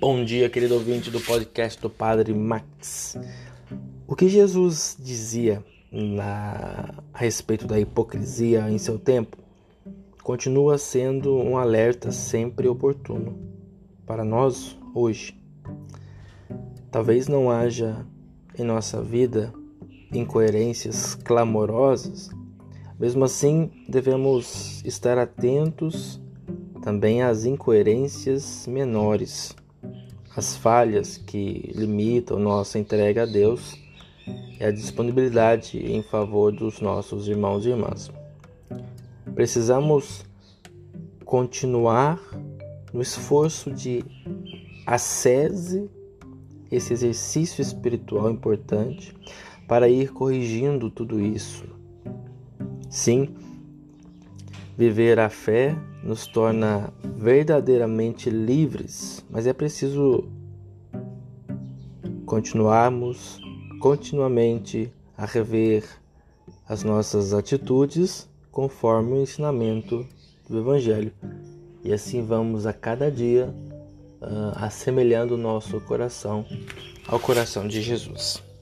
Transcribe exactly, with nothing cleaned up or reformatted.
Bom dia, querido ouvinte do podcast do Padre Max. O que Jesus dizia na, a respeito da hipocrisia em seu tempo continua sendo um alerta sempre oportuno para nós hoje. Talvez não haja em nossa vida incoerências clamorosas, mesmo assim devemos estar atentos também às incoerências menores, as falhas que limitam nossa entrega a Deus e a disponibilidade em favor dos nossos irmãos e irmãs. Precisamos continuar no esforço de ascese, esse exercício espiritual importante, para ir corrigindo tudo isso. Sim, viver a fé nos torna verdadeiramente livres, mas é preciso continuarmos continuamente a rever as nossas atitudes conforme o ensinamento do Evangelho. E assim vamos a cada dia uh, assemelhando o nosso coração ao coração de Jesus.